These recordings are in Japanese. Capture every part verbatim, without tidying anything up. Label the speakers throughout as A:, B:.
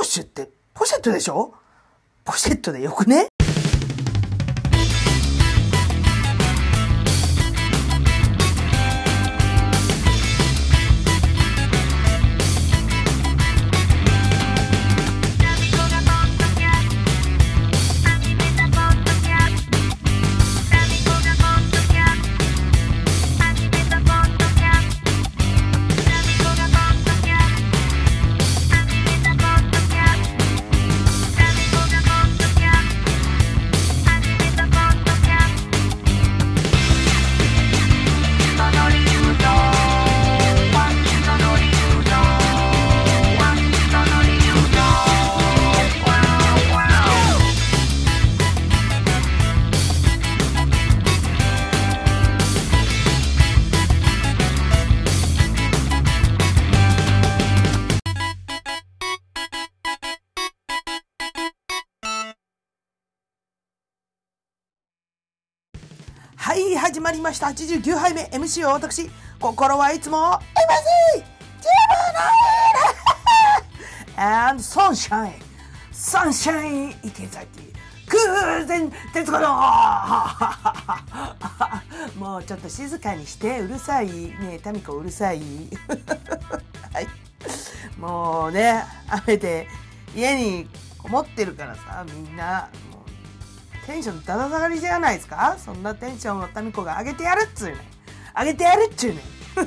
A: シュってポシェットでしょ？ポシェットでよくね？はい、始まりました。はちじゅうきゅうはいめ エムシー を私、心はいつも エムシー ジムナイ and サンシャインサンシャイン池崎空前徹子のもうちょっと静かにして、うるさいねえ、タミコうるさいはい、もうね、雨で家にこもってるからさ、みんなテンションだだ下がりじゃないですか。そんなテンションをタミコが上げてやるっつうねん上げてやるっちゅうね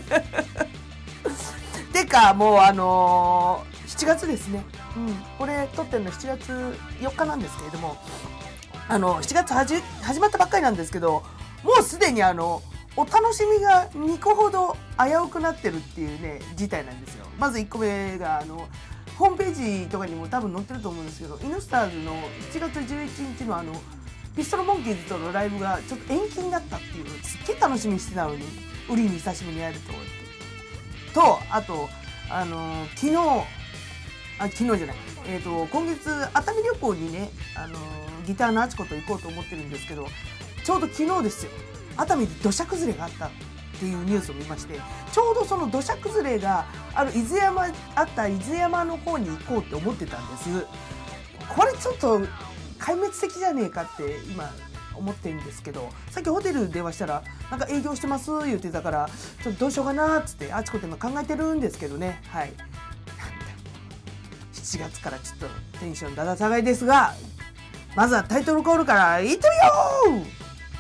A: んてかもうあのー、しちがつですね。うんこれ撮ってるのしちがつよっかなんですけれども、あのしちがつはじ始まったばっかりなんですけど、もうすでにあのお楽しみがにこほど危うくなってるっていうね事態なんですよ。まずいっこめがあのホームページとかにも多分載ってると思うんですけど、イノスターズのしちがつじゅういちにちのあのピストルモンキーズとのライブがちょっと延期になったっていう、すっげえ楽しみにしてたのに、売りに久しぶりにやるとと、あとあのー、昨日あ昨日じゃないえっ、ー、と今月熱海旅行にね、あのー、ギターのあちこと行こうと思ってるんですけど、ちょうど昨日ですよ、熱海で土砂崩れがあったっていうニュースを見まして、ちょうどその土砂崩れがある伊豆山あった伊豆山の方に行こうって思ってたんです。これちょっと壊滅的じゃねえかって今思ってるんですけど、さっきホテル電話したらなんか営業してます言ってたから、ちょっとどうしようかなっつってあちこち今考えてるんですけどね。はい、なんだしちがつからちょっとテンションだだ下がりですが、まずはタイトルコールからいってみよう。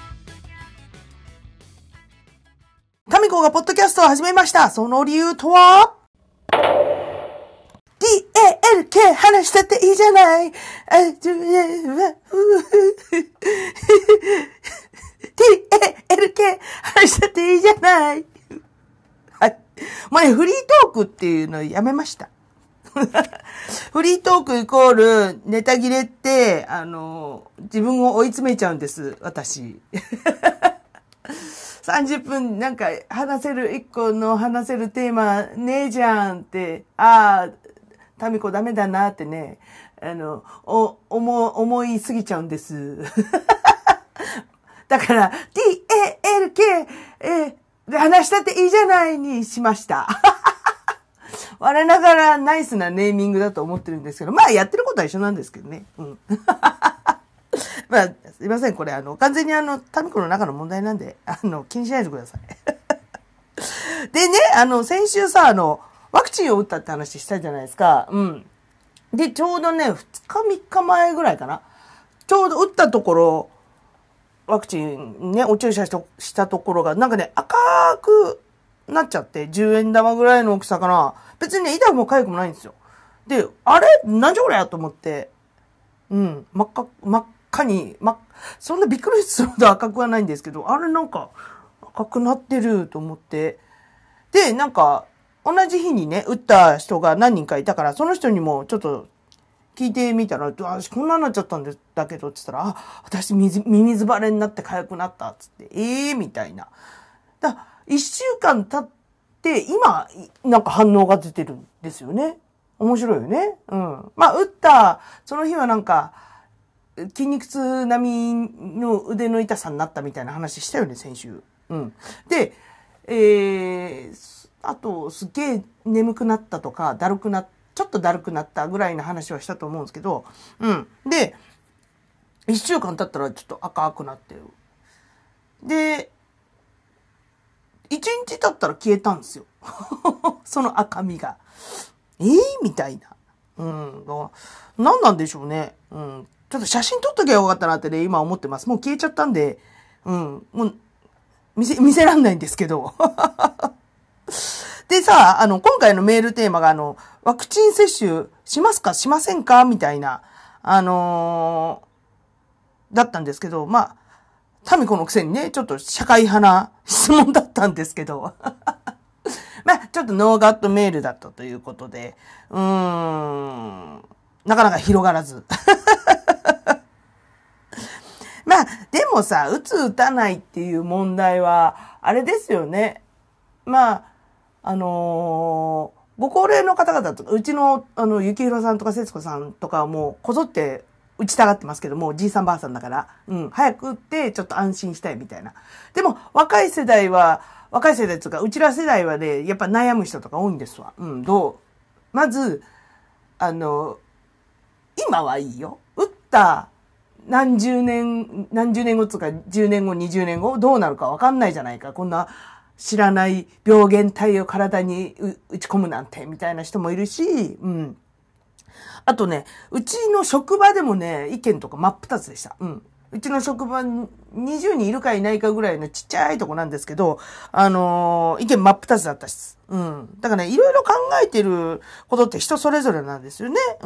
A: タミコがポッドキャストを始めました。その理由とはディーエーエルケー 話したっていいじゃない。ディーエーエルケー 話したっていいじゃない。はい。もうね、フリートークっていうのやめました。フリートークイコールネタ切れって、あの、自分を追い詰めちゃうんです、私。さんじゅっぷんなんか話せる、いっこの話せるテーマねえじゃんって、ああ、タミコダメだなってね、あの、お、思、思いすぎちゃうんです。だから、ディーエーエルケー、えー、で話したっていいじゃないにしました。我ながらナイスなネーミングだと思ってるんですけど、まあやってることは一緒なんですけどね。うん。まあ、すいません。これ、あの、完全にあの、タミコの中の問題なんで、あの、気にしないでください。でね、あの、先週さ、あの、ワクチンを打ったって話したじゃないですか。うん。で、ちょうどね、ふつかみっかまえぐらいかな。ちょうど打ったところ、ワクチンね、お注射したところが、なんかね、赤くなっちゃって、じゅうえん玉ぐらいの大きさかな。別にね、痛くも痒くもないんですよ。で、あれなんじゃこりゃと思って、うん、真っ赤、真っ赤に、ま、そんなびっくりするほど赤くはないんですけど、あれなんか赤くなってると思って。で、なんか、同じ日にね、打った人が何人かいたから、その人にもちょっと聞いてみたら、私こんなになっちゃったんだけど、つったら、あ、私ミミミズバレになって痒くなった、つって、ええー、みたいな。だ一週間経って、今、なんか反応が出てるんですよね。面白いよね。うん。まあ、打った、その日はなんか、筋肉痛並みの腕の痛さになったみたいな話したよね、先週。うん。で、えー、あと、すっげえ眠くなったとか、だるくなっちょっとだるくなったぐらいの話はしたと思うんですけど、うん。で、一週間経ったらちょっと赤くなってる。で、一日経ったら消えたんですよ。その赤みが。えー、みたいな。うん。何なんでしょうね。うん。ちょっと写真撮っときゃよかったなってね、今思ってます。もう消えちゃったんで、うん。もう、見せ、見せらんないんですけど。でさ、あの、今回のメールテーマが、あの、ワクチン接種しますかしませんかみたいな、あのー、だったんですけど、まあ、タミコのくせにね、ちょっと社会派な質問だったんですけど。まあ、ちょっとノーガットメールだったということで、うーん、なかなか広がらず。まあ、でもさ、打つ打たないっていう問題は、あれですよね。まあ、あのー、ご高齢の方々とか、うちの、あの、ゆきひろさんとか節子さんとかはもう、こぞって打ちたがってますけども、じいさんばあさんだから、うん、早く打って、ちょっと安心したいみたいな。でも、若い世代は、若い世代というか、うちら世代はね、やっぱ悩む人とか多いんですわ。うん、どうまず、あの、今はいいよ。打った、何十年、何十年後とか、じゅうねんご、にじゅうねんご、どうなるかわかんないじゃないか。こんな、知らない病原体を体に打ち込むなんて、みたいな人もいるし、うん。あとね、うちの職場でもね、意見とか真っ二つでした。うん。うちの職場にじゅうにんいるかいないかぐらいのちっちゃいとこなんですけど、あのー、意見真っ二つだったし。うん。だからね、いろいろ考えてることって人それぞれなんですよね。うん。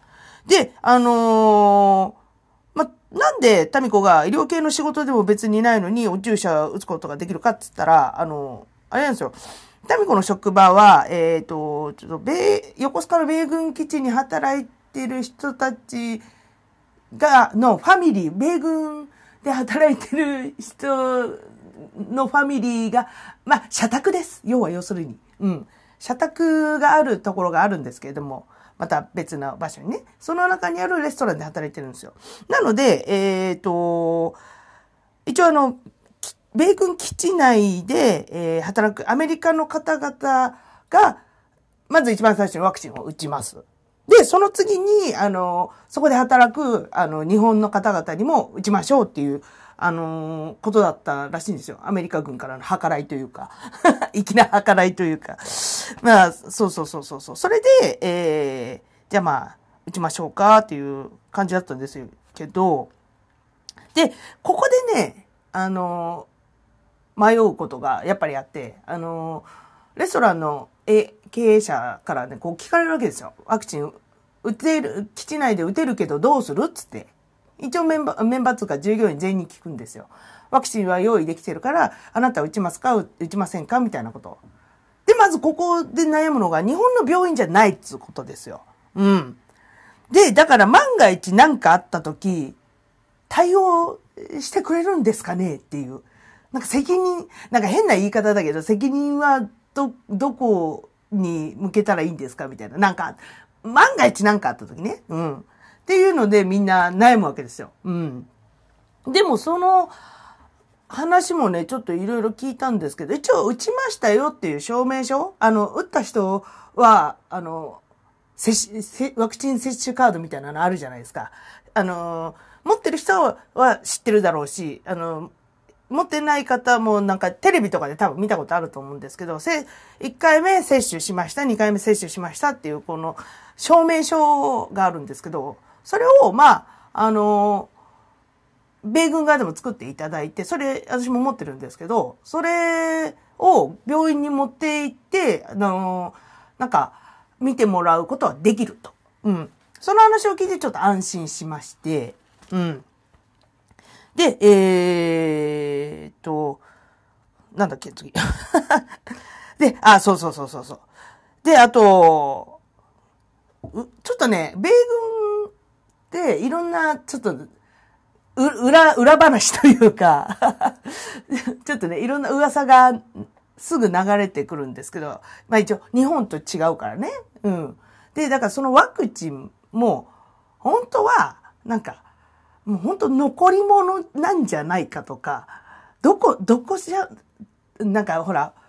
A: で、あのー、ま、なんで、タミコが医療系の仕事でも別にないのにお注射打つことができるかって言ったら、あの、あれなんですよ。タミコの職場は、えっと、ちょっと、米、横須賀の米軍基地に働いてる人たちが、のファミリー、米軍で働いてる人のファミリーが、まあ、社宅です。要は要するに。うん。社宅があるところがあるんですけれども、また別の場所にね。その中にあるレストランで働いてるんですよ。なので、えっと、一応あの、米軍基地内で、えー、働くアメリカの方々が、まず一番最初にワクチンを打ちます。で、その次に、あの、そこで働く、あの、日本の方々にも打ちましょうっていう、あのー、ことだったらしいんですよ。アメリカ軍からの計らいというか、粋な計らいというか。まあ、そうそうそうそうそう。それで、えー、じゃあまあ、打ちましょうかっていう感じだったんですけど、で、ここでね、あのー、迷うことがやっぱりあって、あのー、レストランの経営者からね、こう聞かれるわけですよ。ワクチン打てる、基地内で打てるけどどうするっつって。一応メンバー、メンバーとか従業員全員に聞くんですよ。ワクチンは用意できてるから、あなたは打ちますか打ちませんかみたいなこと。で、まずここで悩むのが日本の病院じゃないっつうことですよ。うん。で、だから万が一何かあった時、対応してくれるんですかねっていう。なんか責任、なんか変な言い方だけど、責任はど、どこに向けたらいいんですかみたいな。なんか、万が一何かあった時ね。うん。っていうのでみんな悩むわけですよ。うん。でもその話もね、ちょっといろいろ聞いたんですけど、一応打ちましたよっていう証明書、あの、打った人は、あの、接種、ワクチン接種カードみたいなのあるじゃないですか。あの、持ってる人は知ってるだろうし、あの、持ってない方もなんかテレビとかで多分見たことあると思うんですけど、いっかいめ接種しました、にかいめ接種しましたっていうこの証明書があるんですけど、それを、まあ、あの、米軍側でも作っていただいて、それ、私も持ってるんですけど、それを病院に持って行って、あの、なんか、見てもらうことはできると。うん。その話を聞いてちょっと安心しまして、うん。で、えーっと、なんだっけ、次。で、あ、そうそうそうそうそう。で、あと、ちょっとね、米軍でいろんな、ちょっと、裏、裏話というか、ちょっとね、いろんな噂がすぐ流れてくるんですけど、まあ一応、日本と違うからね。うん。で、だからそのワクチンも、本当は、なんか、もう本当残り物なんじゃないかとか、どこ、どこじゃ、なんかほら、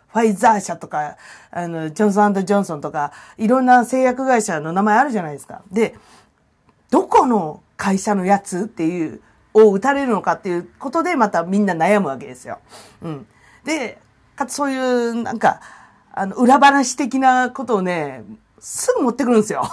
A: ファイザー社とか、あの、ジョンソン&ジョンソンとか、いろんな製薬会社の名前あるじゃないですか。で、どこの会社のやつっていう、を打たれるのかっていうことで、またみんな悩むわけですよ。うん。で、かつそういう、なんか、あの、裏話的なことをね、すぐ持ってくるんですよ。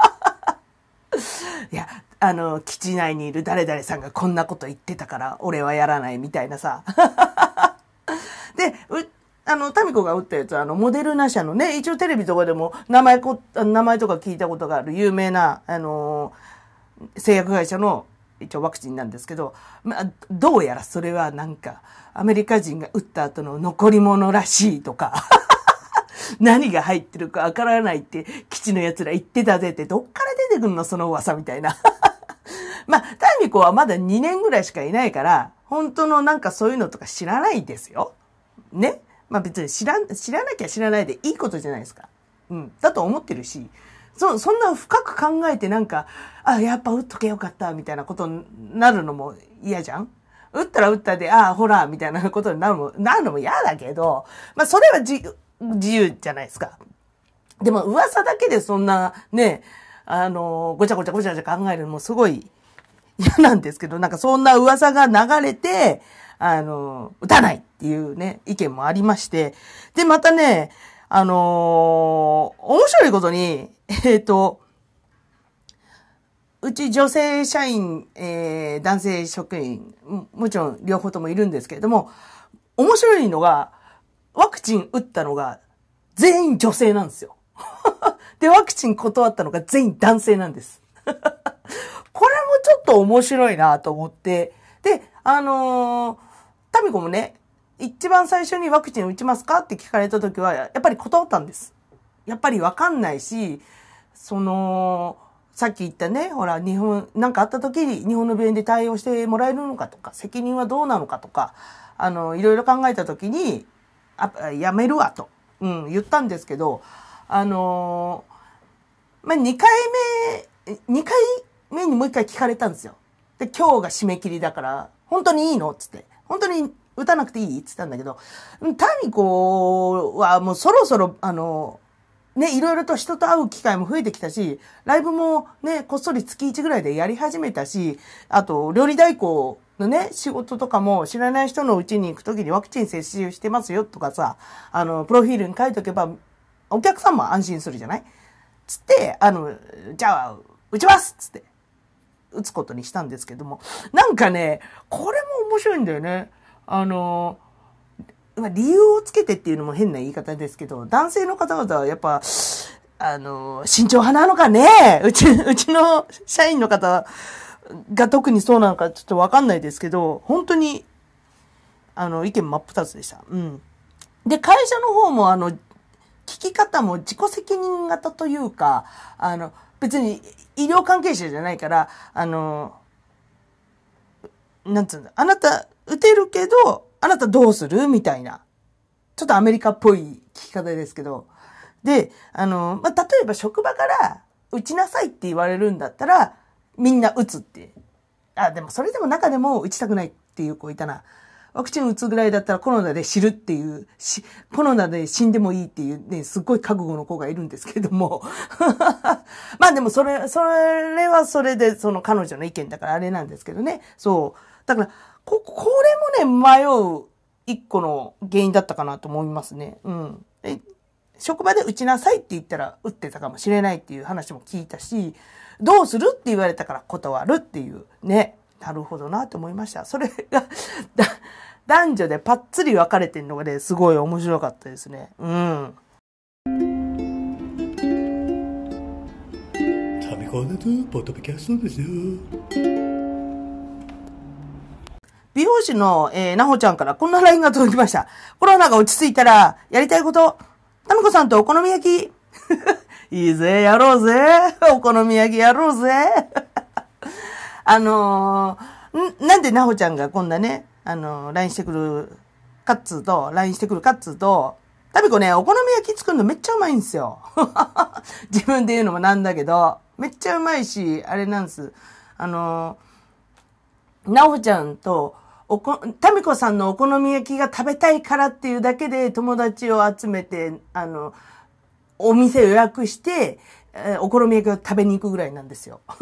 A: いや、あの、基地内にいる誰々さんがこんなこと言ってたから、俺はやらないみたいなさ。で、う、あの、タミコが打ったやつは、あの、モデルナ社のね、一応テレビとかでも、名前こ、名前とか聞いたことがある有名な、あの、製薬会社の、一応ワクチンなんですけど、まあ、どうやらそれはなんか、アメリカ人が打った後の残り物らしいとか、何が入ってるかわからないって、基地の奴ら言ってたぜって、どっから出てくるのその噂みたいな。まあ、タミコはまだにねんぐらいしかいないから、本当のなんかそういうのとか知らないですよ。ね。まあ別に知らん、知らなきゃ知らないでいいことじゃないですか。うん。だと思ってるし、そ、そんな深く考えてなんか、あ、やっぱ打っとけよかった、みたいなことになるのも嫌じゃん？打ったら打ったで、ああ、ほら、みたいなことになるのも、なるのも嫌だけど、まあそれはじ、自由じゃないですか。でも噂だけでそんな、ね、あの、ごちゃごちゃごちゃごちゃ考えるのもすごい嫌なんですけど、なんかそんな噂が流れて、あの、打たないっていうね、意見もありまして。で、またね、あのー、面白いことに、えっと、うち女性社員、えー、男性職員も、もちろん両方ともいるんですけれども、面白いのが、ワクチン打ったのが全員女性なんですよ。で、ワクチン断ったのが全員男性なんです。これもちょっと面白いなと思って。で、あのー、タミコもね、一番最初にワクチン打ちますかって聞かれた時は、やっぱり断ったんです。やっぱりわかんないし、その、さっき言ったね、ほら、日本、なんかあった時に日本の病院で対応してもらえるのかとか、責任はどうなのかとか、あの、いろいろ考えた時に、あ、やめるわと、うん、言ったんですけど、あのー、まあ、にかいめ、にかいめにもう一回聞かれたんですよ。で、今日が締め切りだから、本当にいいのつって。本当に打たなくていいって言ったんだけど、タミコはもうそろそろ、あの、ね、いろいろと人と会う機会も増えてきたし、ライブもね、こっそり月いちぐらいでやり始めたし、あと、料理代行のね、仕事とかも知らない人の家に行くときにワクチン接種してますよとかさ、あの、プロフィールに書いとけば、お客さんも安心するじゃない？つって、あの、じゃあ、打ちますつって、打つことにしたんですけども、なんかね、これも面白いんだよね。あの、理由をつけてっていうのも変な言い方ですけど、男性の方々はやっぱ、あの、慎重派なのかね、うち、うちの社員の方が特にそうなのかちょっとわかんないですけど、本当に、あの、意見真っ二つでした。うん。で、会社の方もあの、聞き方も自己責任型というか、あの、別に医療関係者じゃないから、あの、なんつうんだ、あなた打てるけど、あなたどうするみたいな。ちょっとアメリカっぽい聞き方ですけど。で、あの、まあ、例えば職場から打ちなさいって言われるんだったら、みんな打つって。あ、でもそれでも中でも打ちたくないっていう子いたな。ワクチン打つぐらいだったらコロナで死ぬっていう、しコロナで死んでもいいっていうね、すっごい覚悟の子がいるんですけれども。まあでもそれ、それはそれでその彼女の意見だからあれなんですけどね。そう。だから、こ、これもね、迷う一個の原因だったかなと思いますね。うん。職場で打ちなさいって言ったら打ってたかもしれないっていう話も聞いたし、どうするって言われたから断るっていうね。なるほどなと思いました。それが男女でパッツリ分かれてるのがね、すごい面白かったですね。うん。タミコのポッドキャストですよ。美容師の、えー、なほちゃんからこんな ライン が届きました。コロナが落ち着いたらやりたいこと、タミコさんとお好み焼き。いいぜ、やろうぜ。お好み焼きやろうぜ。あのー、ん、なんでなほちゃんがこんなね、あのー、ライン してくるかっつーと、ライン してくるかっつーと、タミコね、お好み焼き作るのめっちゃうまいんですよ。自分で言うのもなんだけど、めっちゃうまいし、あれなんです。あのー、なほちゃんとおこ、タミコさんのお好み焼きが食べたいからっていうだけで友達を集めて、あの、お店予約して、えー、お好み焼きを食べに行くぐらいなんですよ。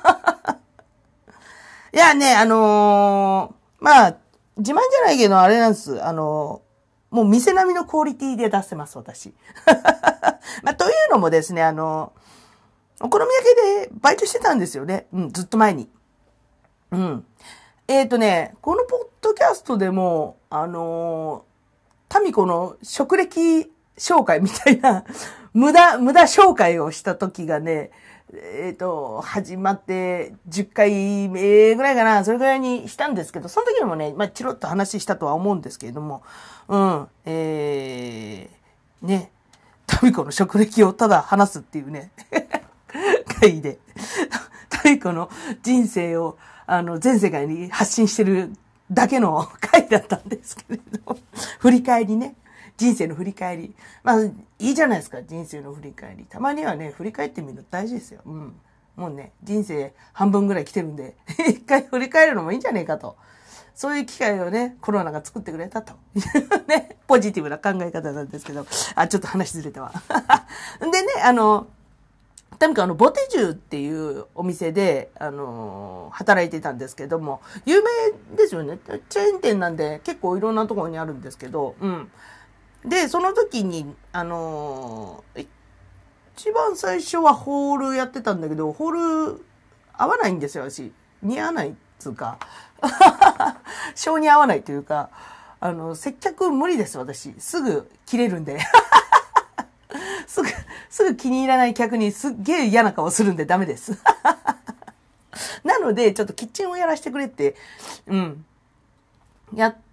A: いやね、あのー、まあ、自慢じゃないけど、あれなんです。あのー、もう店並みのクオリティで出せます、私。まあ、というのもですね、あのー、お好み焼きでバイトしてたんですよね。うん、ずっと前に。うん。えっとね、このポッドキャストでも、あのー、タミコの職歴紹介みたいな、無駄、無駄紹介をした時がね、えっと、始まってじゅっかいめぐらいかな、それぐらいにしたんですけど、その時にもね、まあ、チロッと話したとは思うんですけれども、うん、えー、ね、タミコの職歴をただ話すっていうね、回で、タミコの人生を、あの、全世界に発信してるだけの回だったんですけれど、振り返りね。人生の振り返り。まあ、いいじゃないですか、人生の振り返り。たまにはね、振り返ってみるの大事ですよ。うん。もうね、人生半分ぐらい来てるんで、一回振り返るのもいいんじゃねえかと。そういう機会をね、コロナが作ってくれたと。ね、ポジティブな考え方なんですけど、あ、ちょっと話ずれたわ。でね、あの、タミコあの、ボテジュっていうお店で、あのー、働いてたんですけども、有名ですよね。チェーン店なんで結構いろんなところにあるんですけど、うん。で、その時に、あのー、一番最初はホールやってたんだけど、ホール合わないんですよ、私。似合わないっつうか。性に合わないというか、あの、接客無理です、私。すぐ切れるんで。すぐ、すぐ気に入らない客にすっげえ嫌な顔するんでダメです。なので、ちょっとキッチンをやらせてくれって、うん。やって、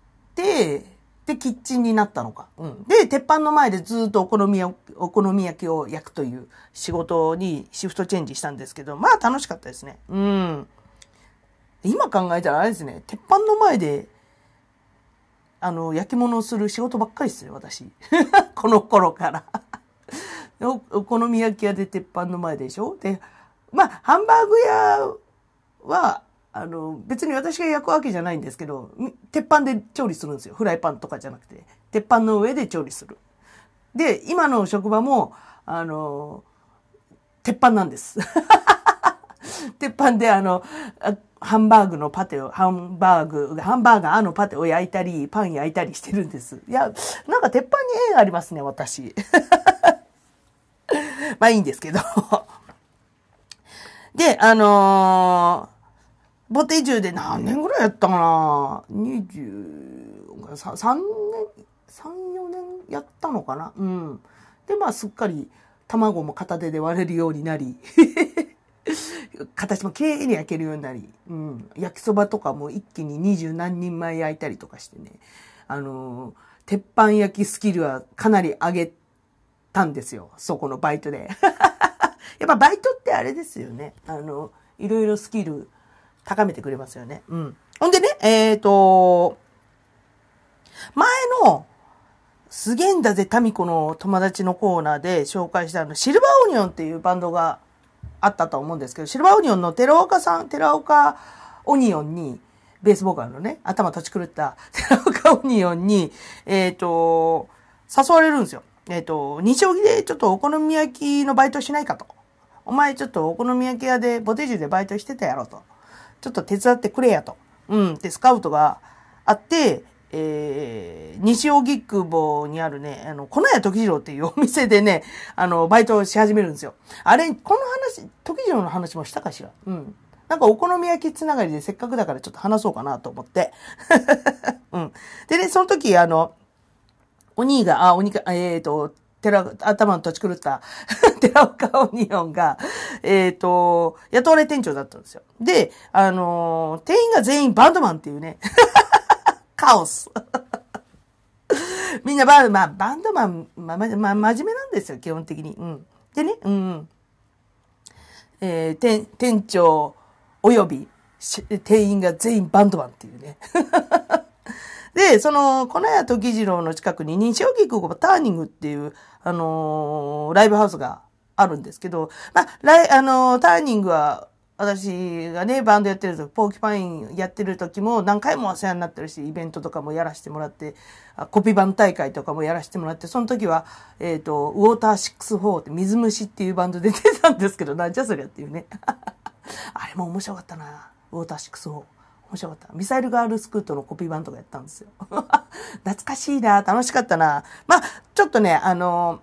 A: で、キッチンになったのか。うん。で、鉄板の前でずっとお好み焼き、お好み焼きを焼くという仕事にシフトチェンジしたんですけど、まあ楽しかったですね。うん。今考えたらあれですね、鉄板の前で、あの、焼き物をする仕事ばっかりですね、私。この頃から。お, お好み焼き屋で鉄板の前でしょで、まあ、ハンバーグ屋は、あの、別に私が焼くわけじゃないんですけど、鉄板で調理するんですよ。フライパンとかじゃなくて。鉄板の上で調理する。で、今の職場も、あの、鉄板なんです。鉄板であの、ハンバーグのパテを、ハンバーグ、ハンバーガーのパテを焼いたり、パン焼いたりしてるんです。いや、なんか鉄板に縁ありますね、私。まあいいんですけど。で、あのー、ボテジュで何年ぐらいやったかな ?にじゅう、さんねん、さん、よねんやったのかなうん。で、まあすっかり卵も片手で割れるようになり、形も綺麗に焼けるようになり、うん。焼きそばとかも一気に二十何人前焼いたりとかしてね。あのー、鉄板焼きスキルはかなり上げて、たんですよ。そこのバイトで。やっぱバイトってあれですよね。あの、いろいろスキル高めてくれますよね。うん。ほんでね、えっと、前の、すげえんだぜタミコの友達のコーナーで紹介したあの、シルバーオニオンっていうバンドがあったと思うんですけど、シルバーオニオンの寺岡さん、寺岡オニオンに、ベースボーカルのね、頭立ち狂った寺岡オニオンに、えっと、誘われるんですよ。えっと、西荻でちょっとお好み焼きのバイトしないかと。お前ちょっとお好み焼き屋でボテジュでバイトしてたやろと。ちょっと手伝ってくれやと。うん。で、スカウトがあって、えー、西荻窪にあるね、あの、粉屋時次郎っていうお店でね、あの、バイトをし始めるんですよ。あれ、この話、時次郎の話もしたかしら。うん。なんかお好み焼きつながりでせっかくだからちょっと話そうかなと思って。うん。でね、その時、あの、お兄が、あ、お兄が、えっ、ー、と、寺、頭の土地狂った、寺岡オニオンが、えっ、ー、と、雇われ店長だったんですよ。で、あのー、店員が全員バンドマンっていうね、カオス。みんなバンド、まあ、バンドマン、まあ、ま、ま、真面目なんですよ、基本的に。うん。でね、うん。えー、店、店長、および、店員が全員バンドマンっていうね。で、その、粉屋時次郎の近くに西荻窪ターニングっていう、あのー、ライブハウスがあるんですけど、まあ、ライ、あのー、ターニングは、 私がね、バンドやってる時、ポーキパインやってる時も何回もお世話になってるし、イベントとかもやらせてもらって、コピーバン大会とかもやらせてもらって、その時は、えっと、ウォーターろくじゅうよんって水虫っていうバンドで出てたんですけど、なんじゃそりゃっていうね。あれも面白かったな。ウォーターろくじゅうよん。面白かった。ミサイルガールスクートのコピーバンドがやったんですよ。懐かしいな。楽しかったな。まあ、ちょっとね、あの、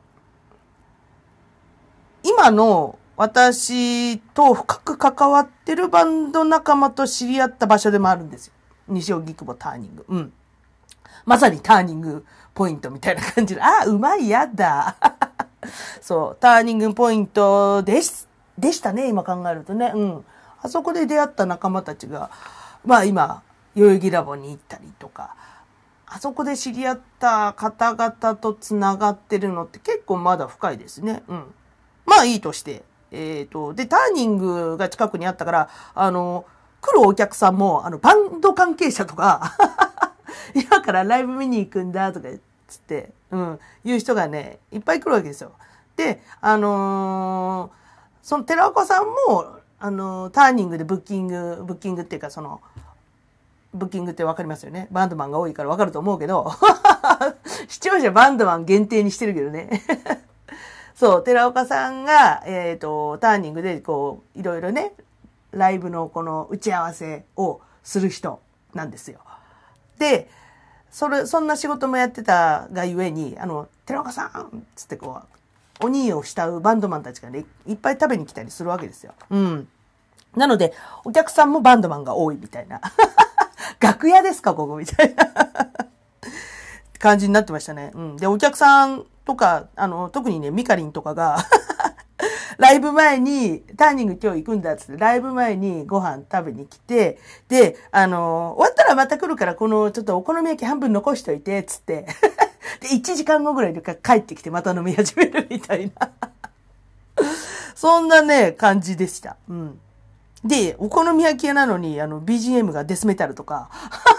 A: 今の私と深く関わってるバンド仲間と知り合った場所でもあるんですよ。西荻窪ターニング。うん。まさにターニングポイントみたいな感じで、あ、うまい、やだ。そう、ターニングポイントです、でしたね、今考えるとね。うん。あそこで出会った仲間たちが、まあ今、代々木ラボに行ったりとか、あそこで知り合った方々とつながってるのって結構まだ深いですね。うん。まあいいとして。えっと、で、ターニングが近くにあったから、あの、来るお客さんも、あの、バンド関係者とか、今からライブ見に行くんだとかつって、うん、いう人がね、いっぱい来るわけですよ。で、あのー、その寺岡さんも、あのー、ターニングでブッキング、ブッキングっていうかその、ブッキングってわかりますよね。バンドマンが多いからわかると思うけど、視聴者バンドマン限定にしてるけどね。そう、寺岡さんが、えっと、ターニングでこう、いろいろね、ライブのこの打ち合わせをする人なんですよ。で、それ、そんな仕事もやってたがゆえに、あの、寺岡さんつってこう、鬼を慕うバンドマンたちがね、いっぱい食べに来たりするわけですよ。うん。なので、お客さんもバンドマンが多いみたいな。楽屋ですか、ここみたいな感じになってましたね。うん。で、お客さんとか、あの、特にね、ミカリンとかが、ライブ前に、ターニング今日行くんだっつって、ライブ前にご飯食べに来て、で、あの、終わったらまた来るから、この、ちょっとお好み焼き半分残しといて、つって。で、いちじかんごぐらいで帰ってきて、また飲み始めるみたいな。そんなね、感じでした。うん。で、お好み焼き屋なのに、あの、ビージーエム がデスメタルとか、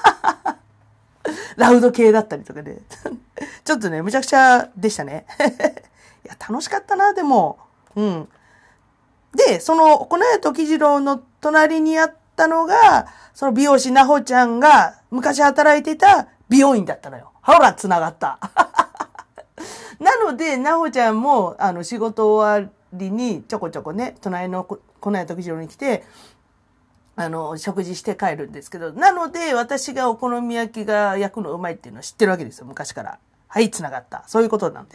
A: ラウド系だったりとかで、ちょっとね、むちゃくちゃでしたね。いや、楽しかったな、でも。うん。で、その、粉屋時次郎の隣にあったのが、その美容師なほちゃんが昔働いてた美容院だったのよ。ほら、繋がった。なので、なほちゃんも、あの、仕事終わりにちょこちょこね、隣の粉屋時次郎に来て、あの、食事して帰るんですけど、なので、私がお好み焼きが焼くのうまいっていうのは知ってるわけですよ、昔から。はい、繋がった。そういうことなんです。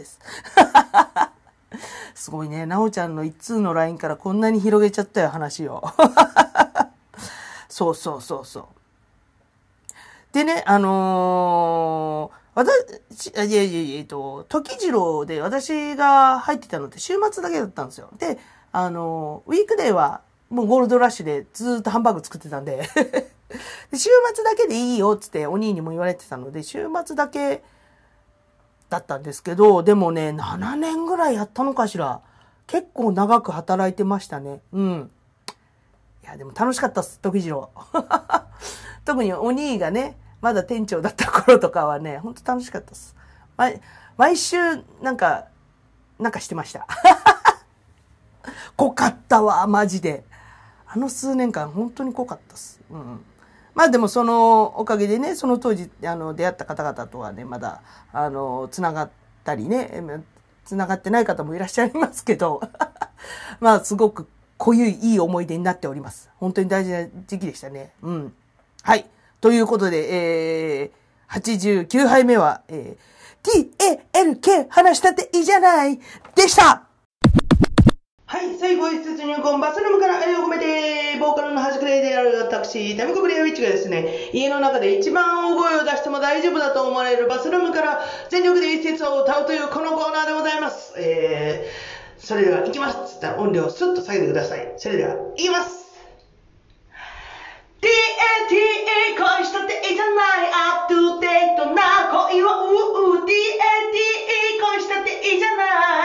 A: すごいね。なおちゃんの一通の ライン からこんなに広げちゃったよ、話を。そうそうそうそう。でね、あのー、私、いやいやいや、えっと、時次郎で私が入ってたのって週末だけだったんですよ。で、あのー、ウィークデーはもうゴールドラッシュでずっとハンバーグ作ってたんで、で週末だけでいいよっつってお兄にも言われてたので、週末だけ、だったんですけど、でもね、ななねんぐらいやったのかしら。結構長く働いてましたね。うん。いや、でも楽しかったっす、時次郎。特にお兄がね、まだ店長だった頃とかはね、ほんと楽しかったっす。毎、毎週、なんか、なんかしてました。濃かったわ、マジで。あの数年間、本当に濃かったっす。うん。まあでもそのおかげでね、その当時、あの、出会った方々とはね、まだ、あの、つながったりね、つながってない方もいらっしゃいますけど、まあすごく濃ゆいいい思い出になっております。本当に大事な時期でしたね。うん。はい。ということで、えー、はちじゅうきゅうはいめは、えー、ティーエーエルケー 話したっていいじゃないでしたはい、最後一節入魂バスルームから愛を込めて、ボーカルの端くれである私、タミコブレアウィッチがですね、家の中で一番大声を出しても大丈夫だと思われるバスルームから全力で一節を歌うというこのコーナーでございます。えー、それでは行きますっつったら音量をスッと下げてください。それでは行きます。ティーエーティーエー 恋したっていいじゃないアップトゥデートな恋はうう ティーエーティーエー 恋したっていいじゃない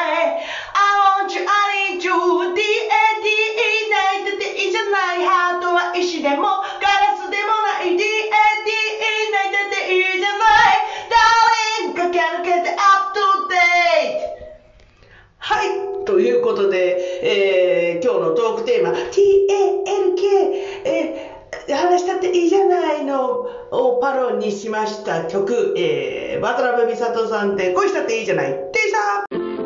A: I want you, I need you ティーエーティーエー 泣いてていいじゃないハートは石でもガラスでもない ティーエーティーエー 泣いてていいじゃない Darling 駆け抜けてアップトゥデートはいということで、えー、今日のトークテーマ ティーエーエルっていいじゃないのをパロにしました曲、えー、渡辺美里さんで恋したっていいじゃないでした。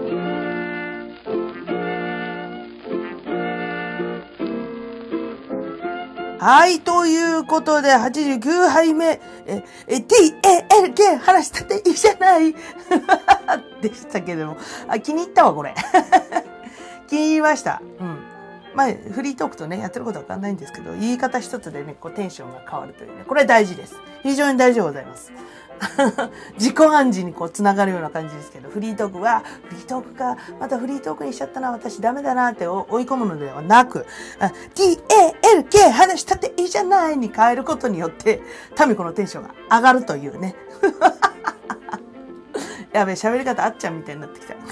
A: はい、ということで、はちじゅうきゅうはいめ、え、え、ティーエーエルケー 話したっていいじゃないでしたけども。あ、気に入ったわ、これ。気に入りました。うん。まあ、フリートークとね、やってることはわかんないんですけど、言い方一つでね、こう、テンションが変わるというね、これ大事です。非常に大事でございます。自己暗示にこう、つながるような感じですけど、フリートークは、フリートークか、またフリートークにしちゃったな、私ダメだなって追い込むのではなく、ティーエーエルケー 話したっていいじゃないに変えることによって、タミコのテンションが上がるというね。やべえ、喋り方あっちゃんみたいになってきた。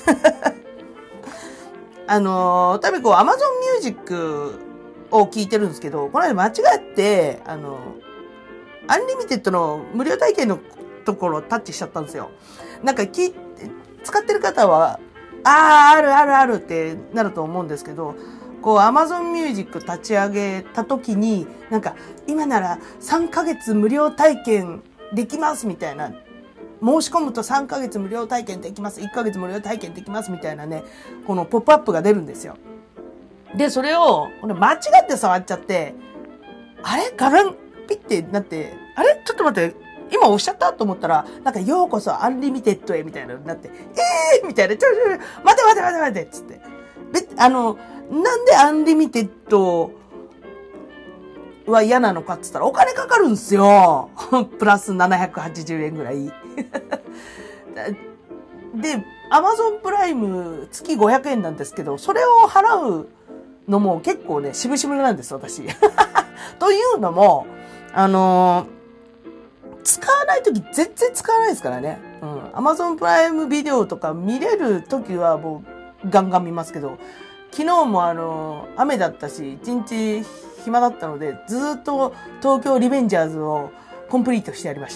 A: あのー、タミコ、アマゾンミュージックを聞いてるんですけど、この間間違って、あの、アンリミテッドの無料体験のところをタッチしちゃったんですよ。なんか、き、使ってる方は、あー、あるあるあるってなると思うんですけど、こう、アマゾンミュージック立ち上げた時に、なんか、今ならさんかげつ無料体験できますみたいな、申し込むとさんかげつ無料体験できます。いっかげつ無料体験できますみたいなね、このポップアップが出るんですよ。で、それを、これ間違って触っちゃって、あれ画面ピッてなって、あれちょっと待って、今押しちゃったと思ったら、なんかようこそアンリミテッドへみたいなのになって、えーみたいな、ちょちょちょ、待て待て待て待てつって。べ、あの、なんでアンリミテッドは嫌なのかって言ったらお金かかるんですよ。プラスななひゃくはちじゅうえんぐらい。で、アマゾンプライム月ごひゃくえんなんですけど、それを払うのも結構ね、渋々なんです、私。というのも、あのー、使わないとき全然使わないですからね。うん。アマゾンプライムビデオとか見れるときはもうガンガン見ますけど、昨日もあのー、雨だったし、一日暇だったので、ずーっと東京リベンジャーズをコンプリートしてやりました。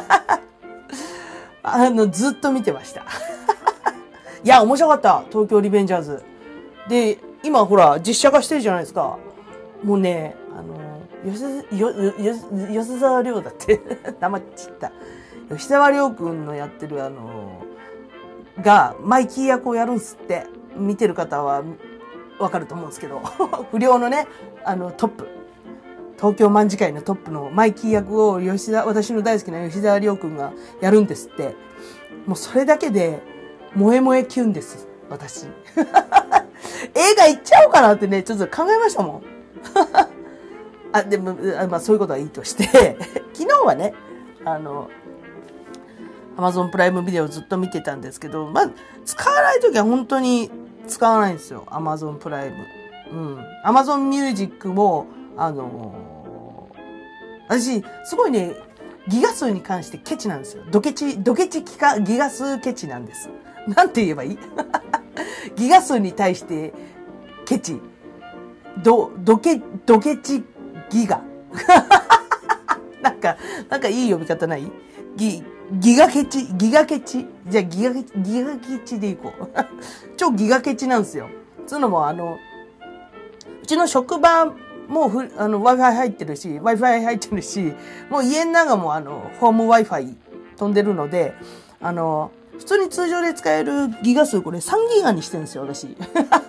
A: あの、ずっと見てました。いや、面白かった。東京リベンジャーズ。で、今ほら、実写化してるじゃないですか。もうね、あの、吉、よ、よ、吉沢亮だって。名前ちった。吉沢亮くんのやってるあの、が、マイキー役をやるんすって。見てる方はわかると思うんですけど。不良のね、あの、トップ。東京卍会のトップのマイキー役を吉田、私の大好きな吉沢亮くんがやるんですって。もうそれだけで、萌え萌えキュンです。私。映画行っちゃおうかなってね、ちょっと考えましたもん。あ、でも、まあそういうことはいいとして、昨日はね、あの、アマゾンプライムビデオをずっと見てたんですけど、まあ、使わないときは本当に使わないんですよ。アマゾンプライム。うん。アマゾンミュージックも、あのー、私、すごいね、ギガ数に関してケチなんですよ。ドケチ、ドケチギガ、ギガ数ケチなんです。なんて言えばいいギガ数に対してケチ。ド、ドケ、ドケチギガ。なんか、なんかいい読み方ないギ、ギガケチ、ギガケチ。じゃあギガケチ、ギガケチでいこう。超ギガケチなんですよ。つうのもあの、うちの職場もうふ、あの、Wi-Fi 入ってるし、Wi-Fi 入ってるし、もう家の中もあの、ホーム Wi-Fi 飛んでるので、あの、普通に通常で使えるギガ数これさんギガにしてるんですよ、私。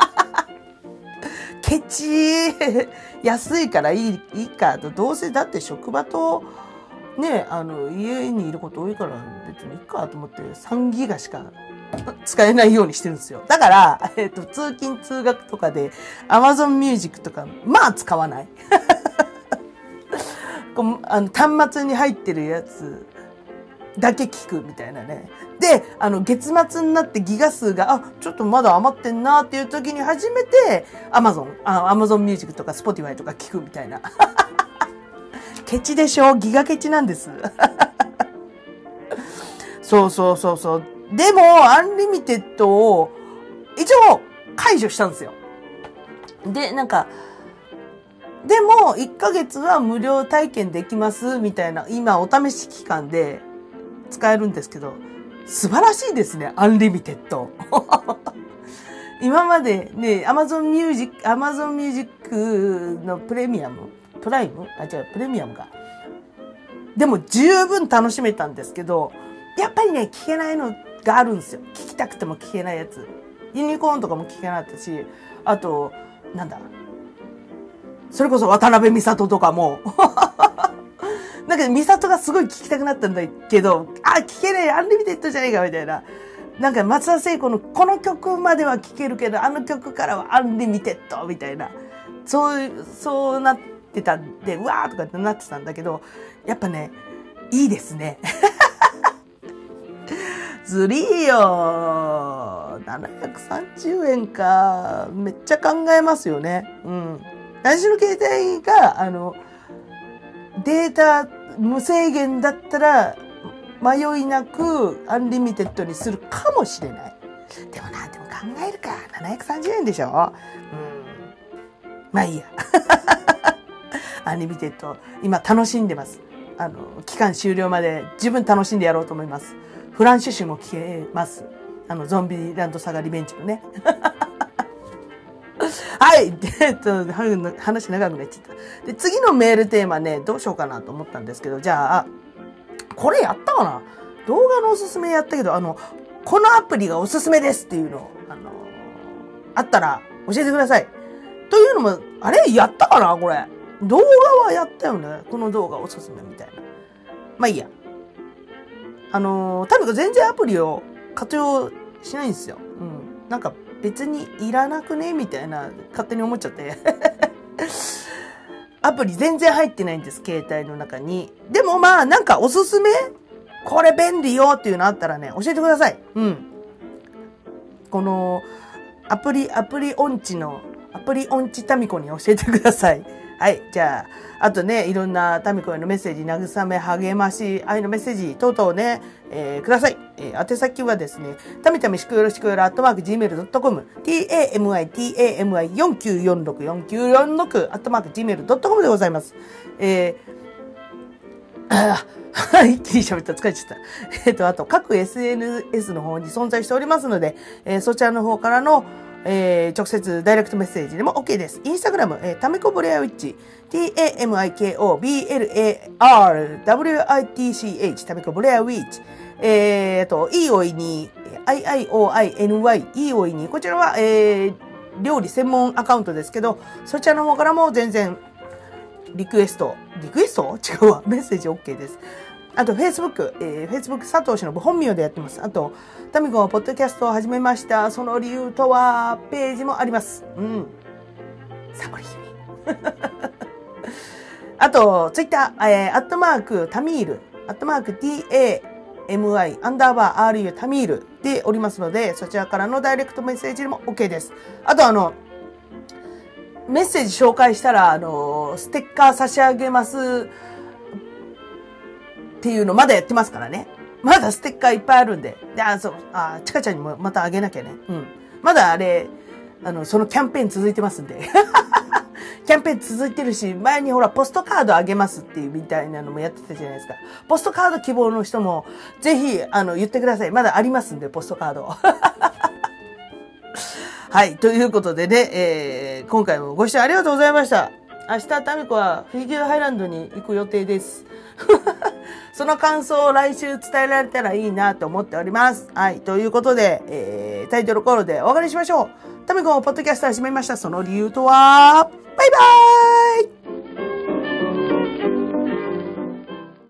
A: ケチー安いからいい、いいかと。どうせだって職場と、ね、あの、家にいること多いから別にいいかと思ってさんギガしか使えないようにしてるんですよ。だから、えっと、通勤通学とかで Amazon Music とか、まあ使わない。こうあの端末に入ってるやつだけ聞くみたいなね。で、あの、月末になってギガ数が、あ、ちょっとまだ余ってんなっていう時に初めて Amazon、あ、Amazon Music とか Spotify とか聞くみたいな。ケチでしょ？ギガケチなんです。そうそうそうそう。でも、アンリミテッドを一応解除したんですよ。で、なんか、でも、いっかげつは無料体験できますみたいな、今お試し期間で使えるんですけど、素晴らしいですね、アンリミテッド。今までね、Amazon Music、Amazon Music のプレミアムプライムあ、違う、プレミアムか。でも十分楽しめたんですけど、やっぱりね、聞けないのがあるんですよ。聞きたくても聞けないやつ。ユニコーンとかも聞けなかったし、あと、なんだ。それこそ渡辺美里とかも。なんか美里がすごい聞きたくなったんだけど、あ、聞けねえ、アンリミテッドじゃねえか、みたいな。なんか松田聖子のこの曲までは聴けるけど、あの曲からはアンリミテッドみたいな。そういう、そうなってたんで、うわーとかってなってたんだけど、やっぱね、いいですね。ずりーよー。ななひゃくさんじゅうえんか。めっちゃ考えますよね。うん。私の携帯が、あの、データ無制限だったら、迷いなくアンリミテッドにするかもしれない。でもな、でも考えるか。ななひゃくさんじゅうえんでしょ？うん。まあいいや。アンリミテッド、今楽しんでます。あの、期間終了まで十分楽しんでやろうと思います。フランシュシュも聞けます。あの、ゾンビランドサガリベンジのね。はい。えっと、話長くなっちゃった。で、次のメールテーマね、どうしようかなと思ったんですけど、じゃあ、これやったかな？動画のおすすめやったけど、あの、このアプリがおすすめですっていうの、あの、あったら教えてください。というのも、あれやったかなこれ。動画はやったよね。この動画おすすめみたいな。まあいいや。あのー、多分全然アプリを活用しないんですよ。うん。なんか別にいらなくねみたいな、勝手に思っちゃって。アプリ全然入ってないんです、携帯の中に。でもまあ、なんかおすすめこれ便利よっていうのあったらね、教えてください。うん。この、アプリ、アプリ音痴の、アプリ音痴タミコに教えてください。はい。じゃあ、あとね、いろんなタミコへのメッセージ、慰め、励まし、愛のメッセージ等々ね、えー、ください。えー、宛先はですね、たみたみしくよろしくよろ、アットマーク、ジーメールドットコム、tami, tami, よんきゅうよんろく、よんきゅうよんろく、アットマーク、ジーメールドットコム でございます。えー、ああ、一気に喋った。疲れちゃった。えっと、あと、各 エスエヌエス の方に存在しておりますので、えー、そちらの方からの、えー、直接ダイレクトメッセージでも OK です。インスタグラム、えー、タミコブレアウィッチ、t-a-m-i-k-o-b-l-a-r-w-i-t-c-h、タミコブレアウィッチ、えー、と、いいおいに、アイアイオーアイエヌワイ、いいおいに、こちらは、えー、料理専門アカウントですけど、そちらの方からも全然、リクエスト、リクエスト違うわ。メッセージ OK です。あと、Facebook、えー、Facebook 佐藤氏の本名でやってます。あと、タミコはポッドキャストを始めました。その理由とは、ページもあります。うん。サボり気味。あと、Twitter、えー、アットマーク、タミール、アットマーク、tami、アンダーバー、ru、タミールでおりますので、そちらからのダイレクトメッセージでも OK です。あと、あの、メッセージ紹介したら、あの、ステッカー差し上げますっていうのまだやってますからね。まだステッカーいっぱいあるんで。で、あ、そう、あ、ちかちゃんにもまたあげなきゃね。うん。まだあれ、あの、そのキャンペーン続いてますんで。キャンペーン続いてるし、前にほら、ポストカードあげますっていうみたいなのもやってたじゃないですか。ポストカード希望の人も、ぜひ、あの、言ってください。まだありますんで、ポストカード。はい。ということでね、えー、今回もご視聴ありがとうございました。明日、タミコはフィギュアハイランドに行く予定です。その感想を来週伝えられたらいいなと思っております。はい。ということで、えー、タイトルコールでお別れしましょう。タミコもポッドキャスト始めました。その理由とは、バイバーイ。